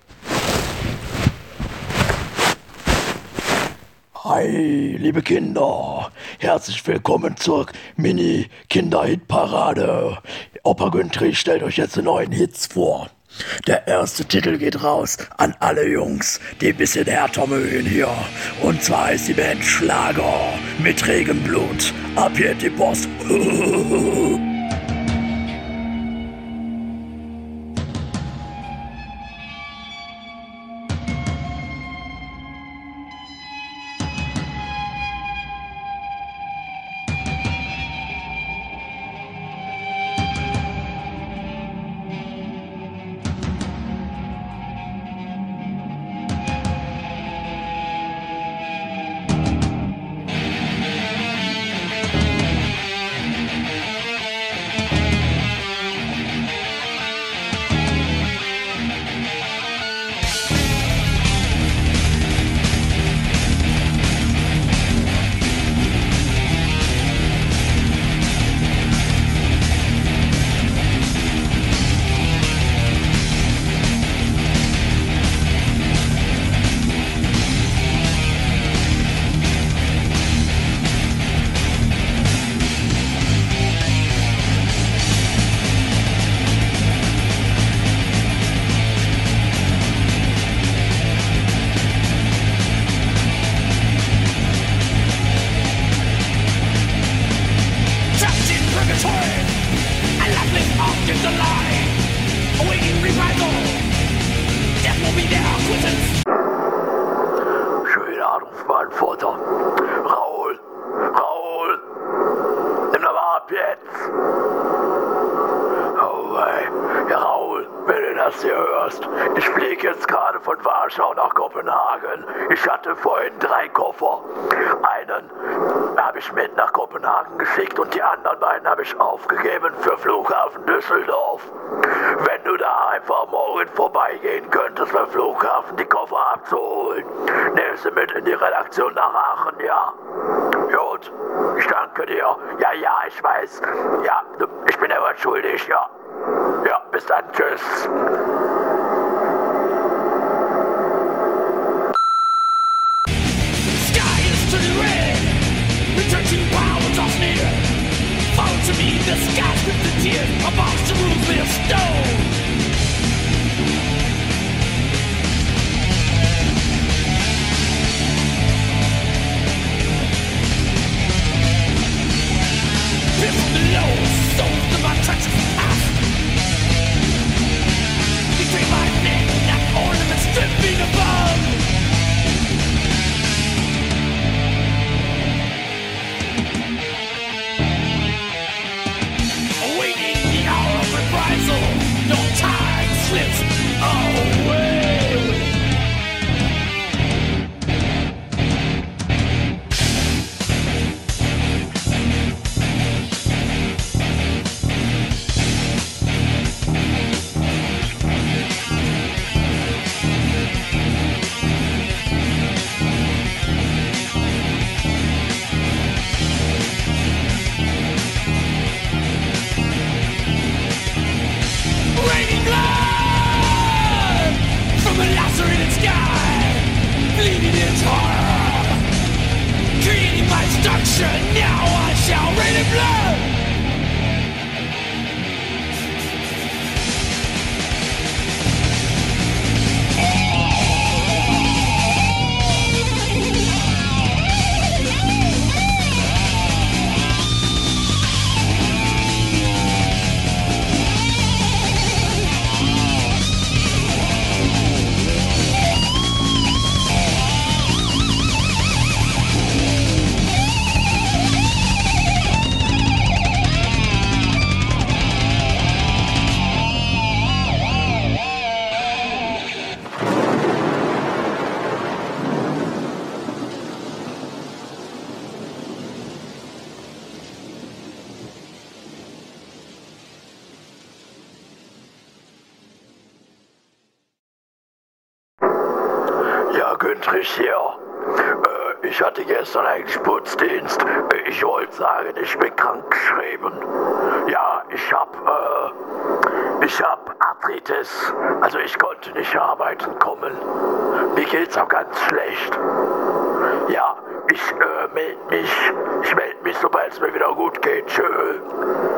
Hi, liebe Kinder, herzlich willkommen zur Mini-Kinder-Hit-Parade. Opa Güntrich stellt euch jetzt die neuen Hits vor. Der erste Titel geht raus an alle Jungs, die ein bisschen härter mögen hier. Und zwar ist die Band Schlager mit Regenblut. Ab hier die Post. Roboter. Raoul, nimm doch mal ab jetzt. Oh wei, ja Raoul, wenn du das hier hörst, ich fliege jetzt gerade von Warschau nach Kopenhagen. Ich hatte vorhin 3 Koffer. Einen habe ich mit nach Kopenhagen geschickt und die anderen beiden habe ich aufgegeben für Flughafen Düsseldorf. Wenn du da einfach morgen vorbeigehen könntest beim Flughafen, die Koffer abzuholen, nimm sie mit in die Redaktion nach Aachen, ja? Gut, ich danke dir. Ja, ich weiß. Ja, ich bin aber schuldig, ja. Ja, bis dann, tschüss. To me, the skies with the tears, a box of rules made of stone. Piercing below, souls of my touches past. Between my neck, like ornaments dripping above. No time slips away. Raining blood from a lacerated sky, bleeding its horror, creating my destruction. Now I shall rain in blood. Güntrich hier. Ich hatte gestern eigentlich Putzdienst. Ich wollte sagen, ich bin krankgeschrieben. Ja, ich hab Arthritis. Also ich konnte nicht arbeiten kommen. Mir geht's auch ganz schlecht. Ja, ich melde mich. Ich melde mich, sobald es mir wieder gut geht. Tschö.